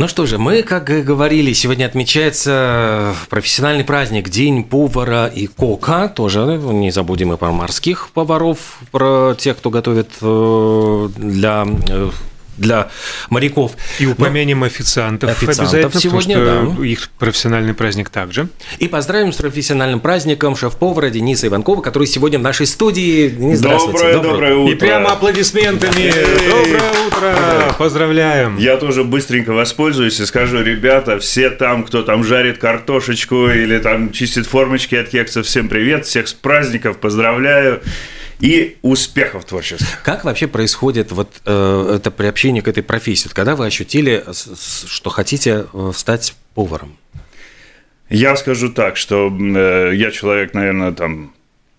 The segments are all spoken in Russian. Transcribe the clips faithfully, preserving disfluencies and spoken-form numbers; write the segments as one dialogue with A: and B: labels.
A: Ну что же, мы, как и говорили, сегодня отмечается профессиональный праздник День повара и кока. Тоже не забудем и про морских поваров, про тех, кто готовит для... для моряков.
B: И упомянем Но... официантов,
A: официантов
B: обязательно,
A: сегодня,
B: потому что
A: да.
B: их профессиональный праздник также.
A: И поздравим с профессиональным праздником шеф-повара Дениса Иванкова, который сегодня в нашей студии. Денис, здравствуйте.
C: Доброе, доброе, доброе утро.
B: И прямо аплодисментами. Доброе утро. Поздравляем.
C: Я тоже быстренько воспользуюсь и скажу, ребята, все там, кто там жарит картошечку или там чистит формочки от кексов, всем привет, всех с праздников, поздравляю. И успехов творческих.
A: Как вообще происходит вот э, это приобщение к этой профессии? Когда вы ощутили, что хотите стать поваром?
C: Я скажу так, что э, я человек, наверное, там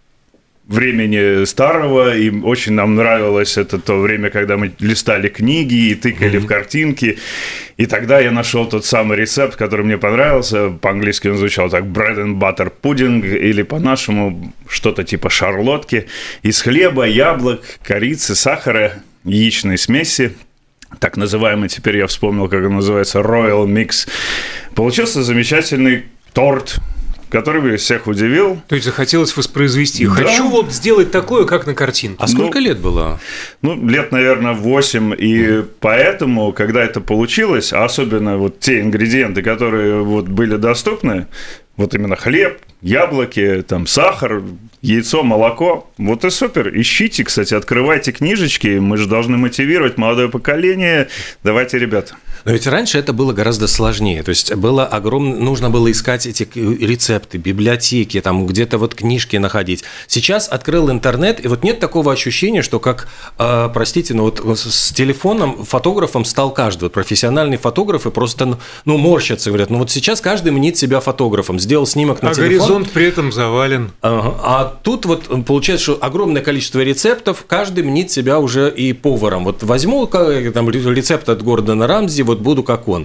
C: времени старого, и очень нам нравилось это то время, когда мы листали книги и тыкали mm-hmm. в картинки. И тогда я нашел тот самый рецепт, который мне понравился. По-английски он звучал так: bread and butter pudding, или по-нашему что-то типа шарлотки из хлеба, яблок, корицы, сахара, яичной смеси. Так называемый, теперь я вспомнил, как он называется, Royal Mix. Получился замечательный торт, который бы всех удивил.
B: То есть захотелось воспроизвести.
C: Да.
B: Хочу вот сделать такое, как на картинке.
A: А сколько
C: ну,
A: лет было?
C: Ну, лет, наверное, восемь. И mm. поэтому, когда это получилось, а особенно вот те ингредиенты, которые вот были доступны, вот именно хлеб, яблоки, там, сахар, яйцо, молоко. Вот и супер. Ищите, кстати, открывайте книжечки. Мы же должны мотивировать молодое поколение. Давайте, ребята.
A: Но ведь раньше это было гораздо сложнее. То есть было огромное, нужно было искать эти рецепты, библиотеки, там где-то вот книжки находить. Сейчас открыл интернет, и вот нет такого ощущения, что как, э, простите, но вот с телефоном фотографом стал каждый. Вот профессиональные фотографы просто ну, морщатся, говорят, ну вот сейчас каждый мнит себя фотографом. Сделал снимок на
B: а
A: телефон.
B: А горизонт при этом завален.
A: Ага. А тут вот получается, что огромное количество рецептов, каждый мнит себя уже и поваром. Вот возьму там, рецепт от Гордона Рамзи, вот буду как он.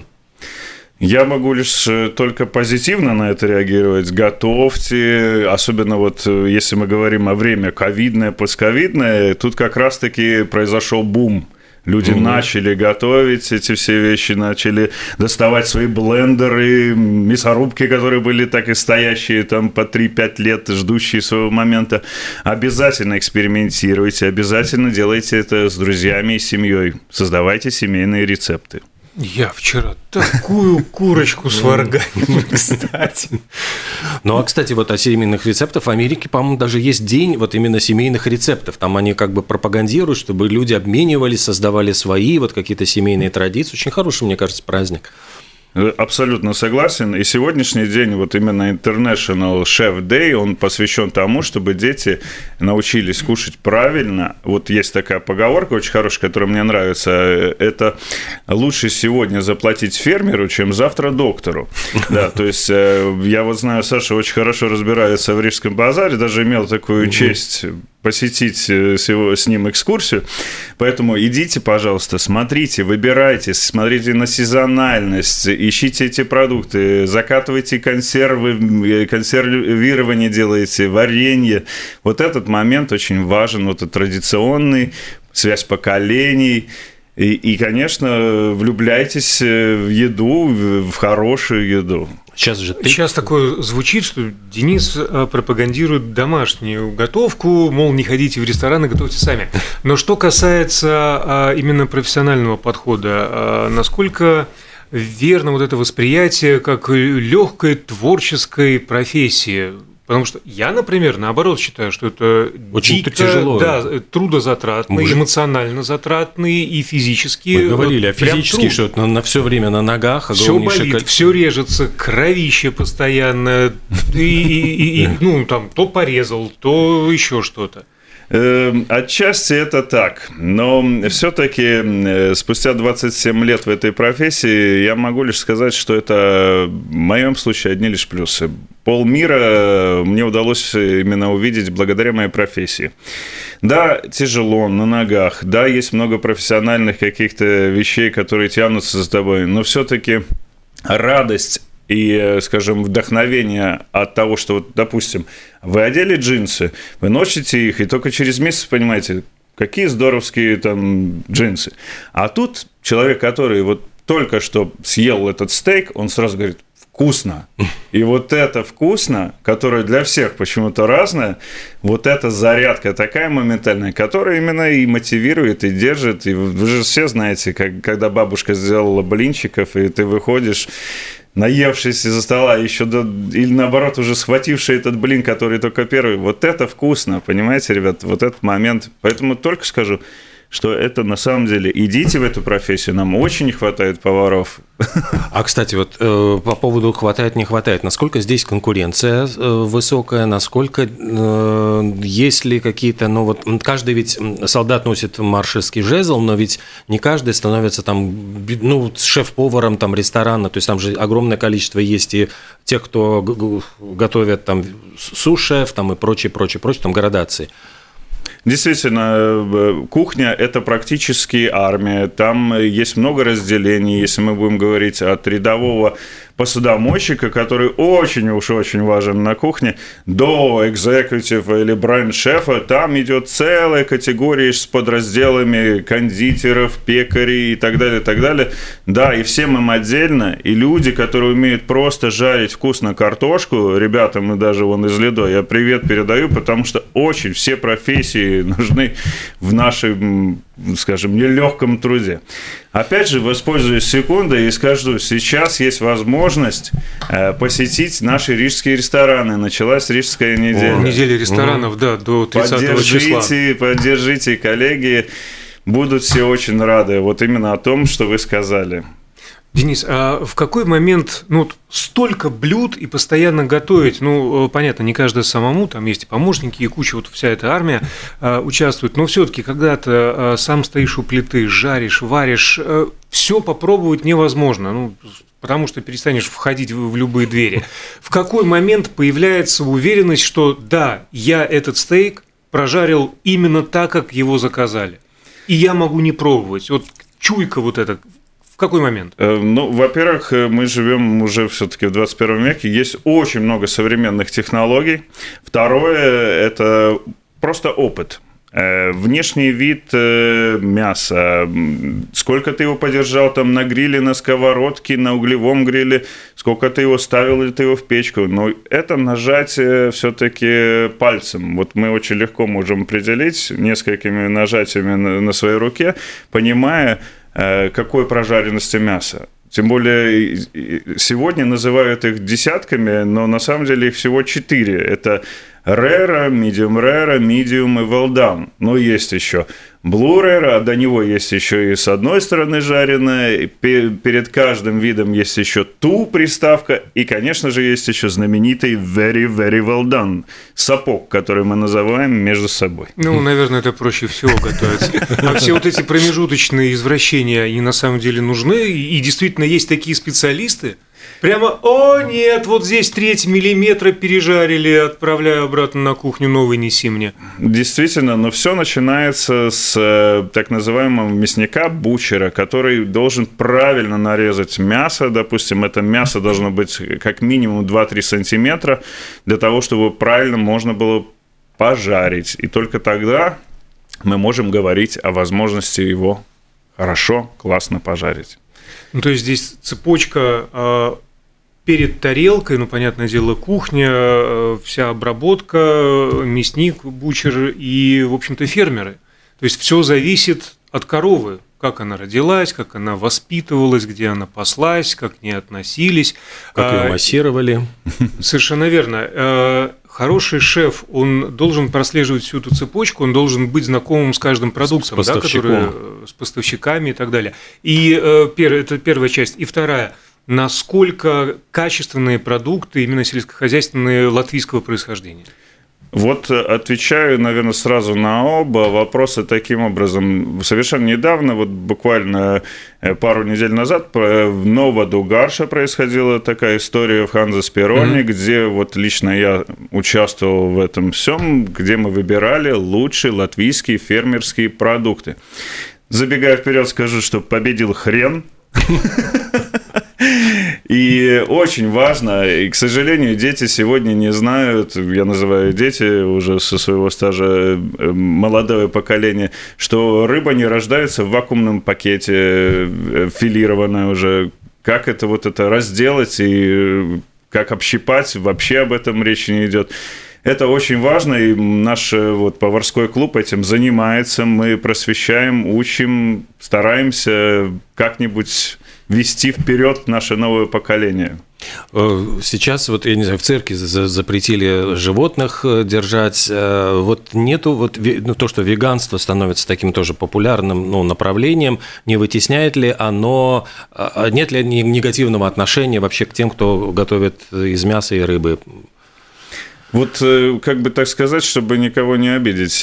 C: Я могу лишь только позитивно на это реагировать. Готовьте, особенно вот если мы говорим о время ковидное, постковидное, тут как раз-таки произошел бум. Люди mm-hmm. начали готовить эти все вещи, начали доставать свои блендеры, мясорубки, которые были так и стоящие там по три-пять лет, ждущие своего момента. Обязательно экспериментируйте, обязательно делайте это с друзьями и семьей. Создавайте семейные рецепты.
B: Я вчера такую курочку сварганил, кстати.
A: Ну, а, кстати, вот о семейных рецептах в Америке, по-моему, даже есть день вот именно семейных рецептов. Там они как бы пропагандируют, чтобы люди обменивались, создавали свои вот какие-то семейные традиции. Очень хороший, мне кажется, праздник.
C: Абсолютно согласен. И сегодняшний день, вот именно International Chef Day, он посвящен тому, чтобы дети научились кушать правильно. Вот есть такая поговорка очень хорошая, которая мне нравится. Это лучше сегодня заплатить фермеру, чем завтра доктору. Да, то есть я вот знаю, Саша очень хорошо разбирается в Рижском базаре, даже имел такую честь посетить с ним экскурсию. Поэтому идите, пожалуйста, смотрите, выбирайте, смотрите на сезональность, ищите эти продукты, закатывайте консервы, консервирование делаете, варенье. Вот этот момент очень важен, вот этот традиционный, связь поколений. И, и, конечно, влюбляйтесь в еду, в хорошую еду.
A: Сейчас же ты...
B: Сейчас такое звучит, что Денис пропагандирует домашнюю готовку, мол, не ходите в рестораны, готовьте сами. Но что касается именно профессионального подхода, насколько верно вот это восприятие как легкой творческой профессии? Потому что я, например, наоборот считаю, что это
A: очень
B: дико,
A: тяжело,
B: да, трудозатратный,
A: Может...
B: эмоционально затратный и физически.
A: Мы говорили
B: вот,
A: о физически, что это на, на все время на ногах.
B: Все болит, коль... все режется, кровище постоянно, и, и, и, ну, там, то порезал, то еще что-то.
C: Отчасти это так, но все-таки спустя двадцать семь лет в этой профессии я могу лишь сказать, что это в моем случае одни лишь плюсы. Полмира мне удалось именно увидеть благодаря моей профессии. Да, тяжело, на ногах, да, есть много профессиональных каких-то вещей, которые тянутся за тобой, но все-таки радость и, скажем, вдохновение от того, что, вот, допустим, вы одели джинсы, вы носите их, и только через месяц понимаете, какие здоровские там джинсы. А тут человек, который вот только что съел этот стейк, он сразу говорит: вкусно. И вот это вкусно, которое для всех почему-то разное, вот эта зарядка такая моментальная, которая именно и мотивирует, и держит. И вы же все знаете, как, когда бабушка сделала блинчиков, и ты выходишь, наевшись из-за стола, еще до, или наоборот, уже схвативший этот блин, который только первый. Вот это вкусно, понимаете, ребят, вот этот момент. Поэтому только скажу, что это на самом деле, идите в эту профессию, нам очень не хватает поваров.
A: А, кстати, вот э, по поводу хватает, не хватает, насколько здесь конкуренция э, высокая, насколько э, есть ли какие-то, ну вот каждый ведь солдат носит маршальский жезл, но ведь не каждый становится там, ну, шеф-поваром там ресторана, то есть там же огромное количество есть и тех, кто готовят там су-шеф там и прочее, прочее, прочее, там градации.
C: Действительно, кухня – это практически армия. Там есть много разделений, если мы будем говорить от рядового посудомойщика, который очень уж очень важен на кухне, до экзекутива или бренд-шефа. Там идет целая категория с подразделами кондитеров, пекарей и так далее, и так далее. Да, и всем им отдельно. И люди, которые умеют просто жарить вкусно картошку, ребята, мы даже вон из Лидо, я привет передаю, потому что очень все профессии нужны в нашем, скажем, нелегком труде. Опять же, воспользуюсь секундой и скажу, сейчас есть возможность посетить наши рижские рестораны. Началась Рижская неделя.
B: О, неделя ресторанов, угу. да, до тридцатого числа.
C: Поддержите, поддержите, коллеги. Будут все очень рады. Вот именно о том, что вы сказали.
B: Денис, а в какой момент, ну, столько блюд и постоянно готовить, ну, понятно, не каждый самому, там есть и помощники, и куча, вот вся эта армия а, участвует, но все-таки, когда ты а, сам стоишь у плиты, жаришь, варишь, а, все попробовать невозможно, ну, потому что перестанешь входить в, в любые двери. В какой момент появляется уверенность, что да, я этот стейк прожарил именно так, как его заказали, и я могу не пробовать, вот чуйка вот эта. В какой момент?
C: Ну, во-первых, мы живем уже все-таки в двадцать первом веке, есть очень много современных технологий. Второе – это просто опыт. Внешний вид мяса, сколько ты его подержал там на гриле, на сковородке, на углевом гриле, сколько ты его ставил или ты его в печку. Но это нажать все-таки пальцем. Вот мы очень легко можем определить несколькими нажатиями на своей руке, понимая, какой прожаренности мяса. Тем более сегодня называют их десятками, но на самом деле их всего четыре. Это rare, medium rare, medium и well done. Но есть еще blue rare, а до него есть еще и с одной стороны жареная. Перед каждым видом есть еще ту приставка. И, конечно же, есть еще знаменитый very, very well done. Сапог, который мы называем между собой.
B: Ну, наверное, это проще всего готовить. А все вот эти промежуточные извращения, они на самом деле нужны. И действительно есть такие специалисты, прямо, о нет, вот здесь треть миллиметра пережарили, отправляю обратно на кухню, новый неси мне.
C: Действительно, но все начинается с так называемого мясника, бучера, который должен правильно нарезать мясо. Допустим, это мясо должно быть как минимум два-три сантиметра для того, чтобы правильно можно было пожарить. И только тогда мы можем говорить о возможности его хорошо, классно пожарить.
B: Ну, то есть здесь цепочка э, перед тарелкой, ну, понятное дело, кухня, э, вся обработка, мясник, бучер и, в общем-то, фермеры. То есть все зависит от коровы, как она родилась, как она воспитывалась, где она паслась, как к ней относились.
A: Как ее массировали.
B: Совершенно верно. Хороший шеф, он должен прослеживать всю эту цепочку, он должен быть знакомым с каждым продуктом,
A: с,
B: да, который, с поставщиками и так далее. И э, пер, это первая часть. И вторая, насколько качественные продукты, именно сельскохозяйственные, латвийского происхождения?
C: Вот отвечаю, наверное, сразу на оба вопроса таким образом. Совершенно недавно, вот буквально пару недель назад, в Ново-Дугарше происходила такая история в Ханзас-Пероне, mm-hmm. где вот лично я участвовал в этом всем, где мы выбирали лучшие латвийские фермерские продукты. Забегая вперед, скажу, что победил хрен. И очень важно, и, к сожалению, дети сегодня не знают, я называю дети уже со своего стажа молодое поколение, что рыба не рождается в вакуумном пакете, филированная уже. Как это вот это разделать и как общипать, вообще об этом речи не идет. Это очень важно, и наш вот поварской клуб этим занимается. Мы просвещаем, учим, стараемся как-нибудь вести вперед наше новое поколение.
A: Сейчас, вот, я не знаю, в церкви запретили животных держать. Вот нету, вот, ну, то, что веганство становится таким тоже популярным, ну, направлением, не вытесняет ли оно, нет ли негативного отношения вообще к тем, кто готовит из мяса и рыбы?
C: Вот, как бы так сказать, чтобы никого не обидеть,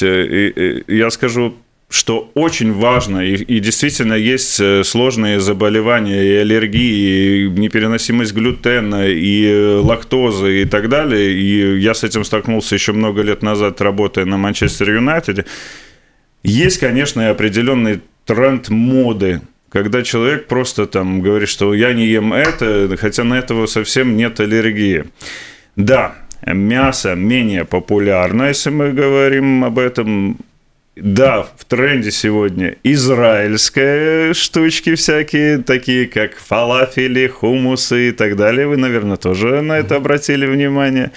C: я скажу, что очень важно, и, и действительно есть сложные заболевания, и аллергии, и непереносимость глютена, и лактозы, и так далее. И я с этим столкнулся еще много лет назад, работая на Манчестер Юнайтеде. Есть, конечно, и определенный тренд моды, когда человек просто там говорит, что я не ем это, хотя на этого совсем нет аллергии. Да, мясо менее популярно, если мы говорим об этом. Да, в тренде сегодня израильские штучки всякие, такие как фалафели, хумусы и так далее. Вы, наверное, тоже на это обратили внимание.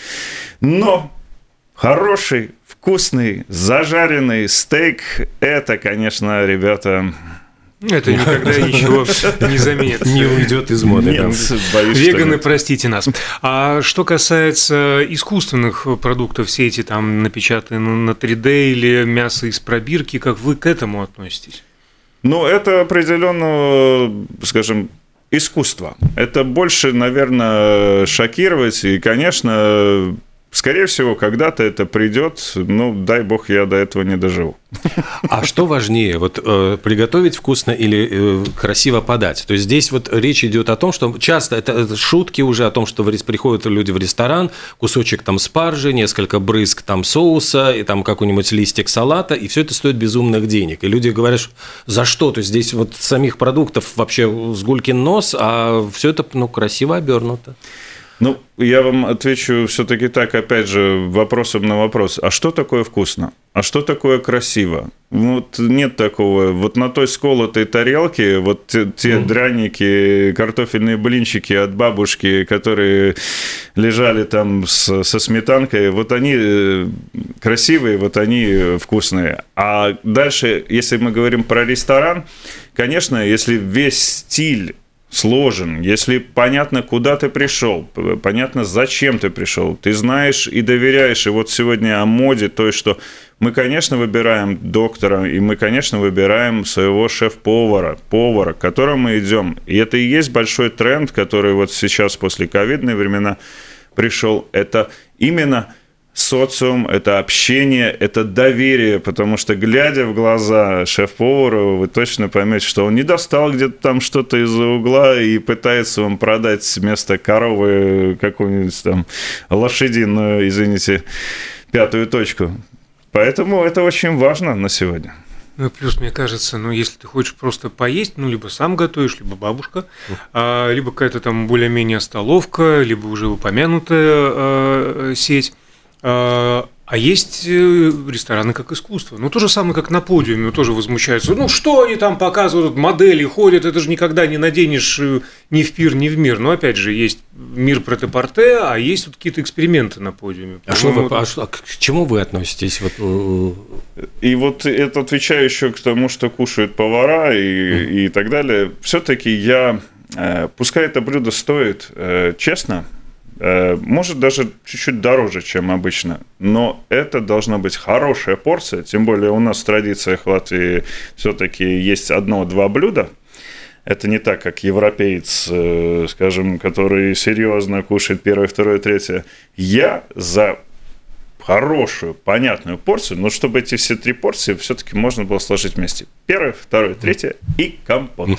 C: Но хороший, вкусный, зажаренный стейк – это, конечно, ребята...
B: Это никогда ничего не заменит.
A: Не уйдет из моды.
B: Нет, боюсь, веганы, простите нас. А что касается искусственных продуктов, все эти там напечатанные на три дэ или мясо из пробирки, как вы к этому относитесь?
C: Ну, это определенно, скажем, искусство. Это больше, наверное, шокировать. И, конечно, скорее всего, когда-то это придет, ну, дай бог, я до этого не доживу.
A: А что важнее, вот э, приготовить вкусно или э, красиво подать? То есть здесь вот речь идет о том, что часто это, это шутки уже о том, что приходят люди в ресторан, кусочек там спаржи, несколько брызг там соуса и там какой-нибудь листик салата, и все это стоит безумных денег. И люди говорят, за что? То есть здесь вот самих продуктов вообще с гулькин нос, а все это, ну, красиво обернуто.
C: Ну, я вам отвечу все-таки так, опять же, вопросом на вопрос. А что такое вкусно? А что такое красиво? Вот нет такого. Вот на той сколотой тарелке, вот те, те mm. дряники, картофельные блинчики от бабушки, которые лежали там с, со сметанкой, вот они красивые, вот они вкусные. А дальше, если мы говорим про ресторан, конечно, если весь стиль сложен, если понятно, куда ты пришел, понятно, зачем ты пришел, ты знаешь и доверяешь. И вот сегодня о моде, то, что мы, конечно, выбираем доктора, и мы, конечно, выбираем своего шеф-повара, повара, к которому мы идем. И это и есть большой тренд, который вот сейчас после ковидной времена пришел. Это именно социум, это общение, это доверие, потому что, глядя в глаза шеф-повару, вы точно поймете, что он не достал где-то там что-то из-за угла и пытается вам продать вместо коровы какую-нибудь там лошадиную, извините, пятую точку. Поэтому это очень важно на сегодня.
B: Ну и плюс, мне кажется, ну если ты хочешь просто поесть, ну либо сам готовишь, либо бабушка, а, либо какая-то там более-менее столовка, либо уже упомянутая а, сеть. А есть рестораны как искусство. Ну, то же самое, как на подиуме, тоже возмущаются. Ну, что они там показывают, модели ходят, это же никогда не наденешь ни в пир, ни в мир. Но, опять же, есть мир прет-а-порте, а есть вот какие-то эксперименты на подиуме.
A: А, что вы, а что, к чему вы относитесь? Вот...
C: И вот это отвечаю еще к тому, что кушают повара и, mm. и так далее. Все-таки я, пускай это блюдо стоит честно, может, даже чуть-чуть дороже, чем обычно, но это должна быть хорошая порция, тем более у нас в традициях Латвии все-таки есть одно-два блюда. Это не так, как европеец, скажем, который серьезно кушает первое, второе, третье. Я за хорошую, понятную порцию, но чтобы эти все три порции все-таки можно было сложить вместе. Первое, второе, третье и компот.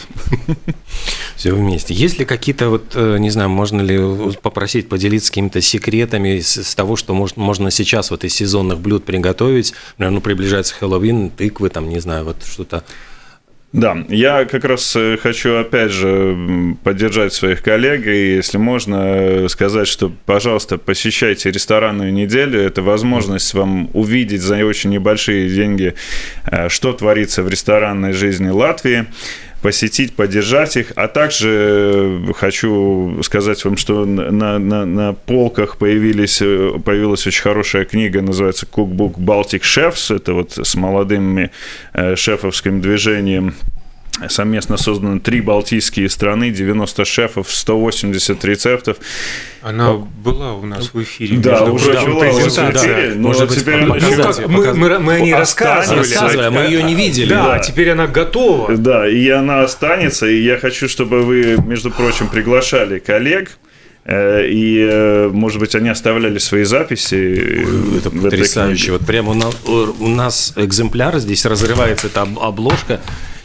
A: Все вместе. Есть ли какие-то, вот, не знаю, можно ли попросить поделиться какими-то секретами с того, что можно сейчас вот из сезонных блюд приготовить? Например, ну, приближается Хэллоуин, тыквы, там, не знаю, вот что-то.
C: Да, я как раз хочу, опять же, поддержать своих коллег, и, если можно, сказать, что, пожалуйста, посещайте ресторанную неделю, это возможность вам увидеть за очень небольшие деньги, что творится в ресторанной жизни Латвии, посетить, поддержать их, а также хочу сказать вам, что на, на, на полках появились, появилась очень хорошая книга, называется «Cookbook Baltic Chefs», это вот с молодым шефовским движением совместно созданы три балтийские страны, девяносто шефов, сто восемьдесят рецептов.
B: Она была у нас в эфире.
C: Да, уже была у нас в эфире, но
A: Может
C: теперь
A: быть,
C: она...
A: показать,
B: мы,
A: показать.
B: мы, мы о ней рассказывали.
A: Рассказывали, а мы ее не видели.
B: Да,
C: Да.
B: теперь она готова.
C: Да, и она останется, и я хочу, чтобы вы, между прочим, приглашали коллег, э, и, может быть, они оставляли свои записи.
A: Это
C: в этой
A: потрясающе.
C: книге.
A: Вот прямо у нас, у нас экземпляр, здесь разрывается эта об- обложка.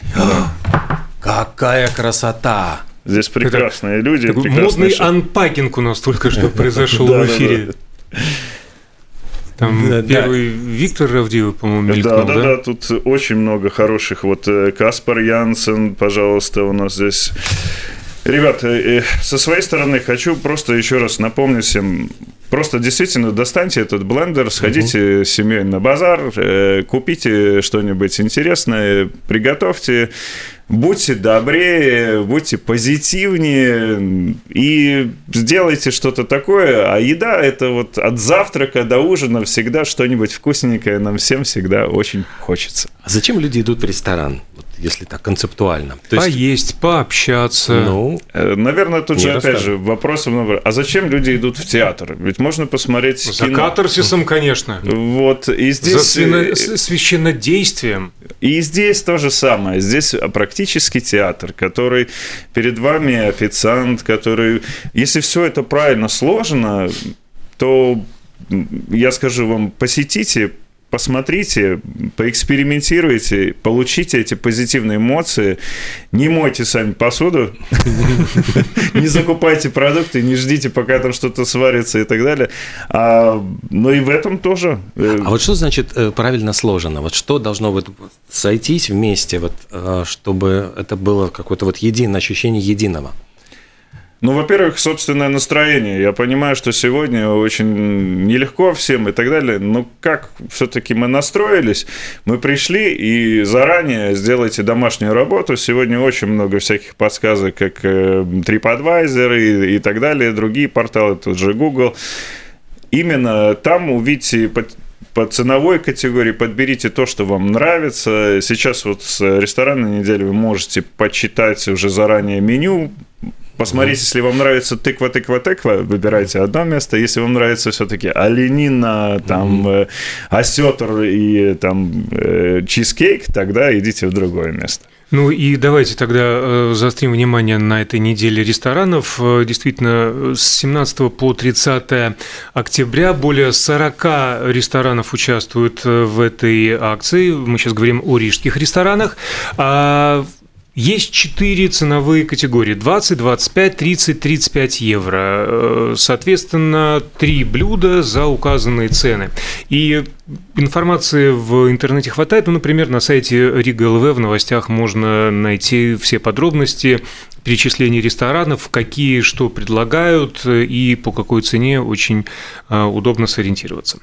A: Какая красота!
C: Здесь прекрасные люди.
B: Такой
C: прекрасные
B: модный
C: шефы.
B: анпакинг у нас только что произошел
C: Да,
B: в
C: да,
B: эфире. Там
A: Да, да.
B: первый Виктор Равдиев, по-моему,
C: Да,
B: мелькнул,
C: да, да, тут очень много хороших. Вот э, Каспар Янсен, пожалуйста, у нас здесь. Ребята, э, со своей стороны хочу просто еще раз напомнить всем, просто действительно достаньте этот блендер, сходите с семьей на базар, э, купите что-нибудь интересное, приготовьте. Будьте добрее, будьте позитивнее и сделайте что-то такое. А еда – это вот от завтрака до ужина всегда что-нибудь вкусненькое нам всем всегда очень хочется.
A: А зачем люди идут в ресторан, вот, если так концептуально? То есть,
B: Поесть, пообщаться.
A: ну,
C: Э, Наверное, тут
A: Не
C: же, опять
A: расскажем.
C: же, вопрос много. А зачем люди идут в театр? Ведь можно посмотреть
B: За
C: кино.
B: катарсисом, конечно.
C: Вот, и
B: За
C: здесь,
B: свино-
C: э,
B: с- священнодействием.
C: и здесь то же самое. Здесь практически театр, который перед вами официант, который... Если все это правильно сложено, то я скажу вам, посетите, посмотрите, поэкспериментируйте, получите эти позитивные эмоции, не мойте сами посуду, не закупайте продукты, не ждите, пока там что-то сварится и так далее. А, но и в этом тоже. э,
A: а вот что значит э, правильно сложено? Вот что должно вот сойтись вместе, вот, э, чтобы это было какое-то вот единое ощущение единого?
C: Ну, во-первых, собственное настроение. Я понимаю, что сегодня очень нелегко всем и так далее, но как все-таки мы настроились, мы пришли и заранее сделайте домашнюю работу. Сегодня очень много всяких подсказок, как TripAdvisor и, и так далее, другие порталы, тот же Google. Именно там увидите по ценовой категории, подберите то, что вам нравится. Сейчас вот с ресторанной недели вы можете почитать уже заранее меню, посмотрите, если вам нравится тыква, тыква, тыква, выбирайте одно место. Если вам нравится все-таки оленина, там, mm-hmm. осетр и там чизкейк, тогда идите в другое место.
B: Ну и давайте тогда э, заострим внимание на этой неделе ресторанов. Э, действительно, с семнадцатого по тридцатое октября более сорок ресторанов участвуют в этой акции. Мы сейчас говорим о рижских ресторанах. А есть четыре ценовые категории: двадцать, двадцать пять, тридцать, тридцать пять евро. Соответственно, три блюда за указанные цены. И информации в интернете хватает. Ну, например, на сайте Рига эл ви в новостях можно найти все подробности перечисления ресторанов, какие что предлагают и по какой цене, очень удобно сориентироваться.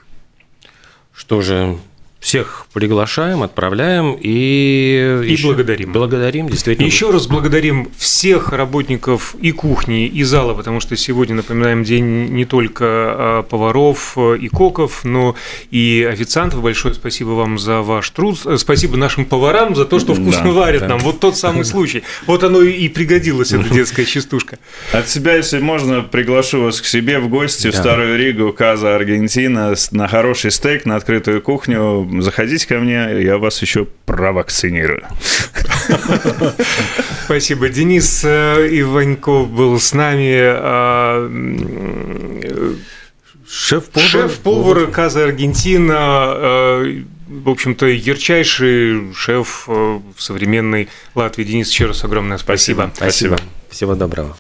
A: Что же, всех приглашаем, отправляем и,
B: и
A: еще
B: благодарим.
A: Благодарим, действительно.
B: Еще раз благодарим всех работников и кухни, и зала, потому что сегодня, напоминаем, день не только поваров и коков, но и официантов. Большое спасибо вам за ваш труд. Спасибо нашим поварам за то, что вкусно да, варят да. нам. Вот тот самый случай. Вот оно и пригодилось, эта детская частушка.
C: От себя, если можно, приглашу вас к себе в гости да. в Старую Ригу, Каза, Аргентина, на хороший стейк, на открытую кухню. Заходите ко мне, я вас еще провакцинирую.
B: Спасибо. Денис Иваньков был с нами.
A: Шеф-повар.
B: Шеф-повар Каза Аргентина. В общем-то, ярчайший шеф в современной Латвии. Денис, еще раз огромное спасибо.
A: Спасибо. Спасибо. Всего доброго.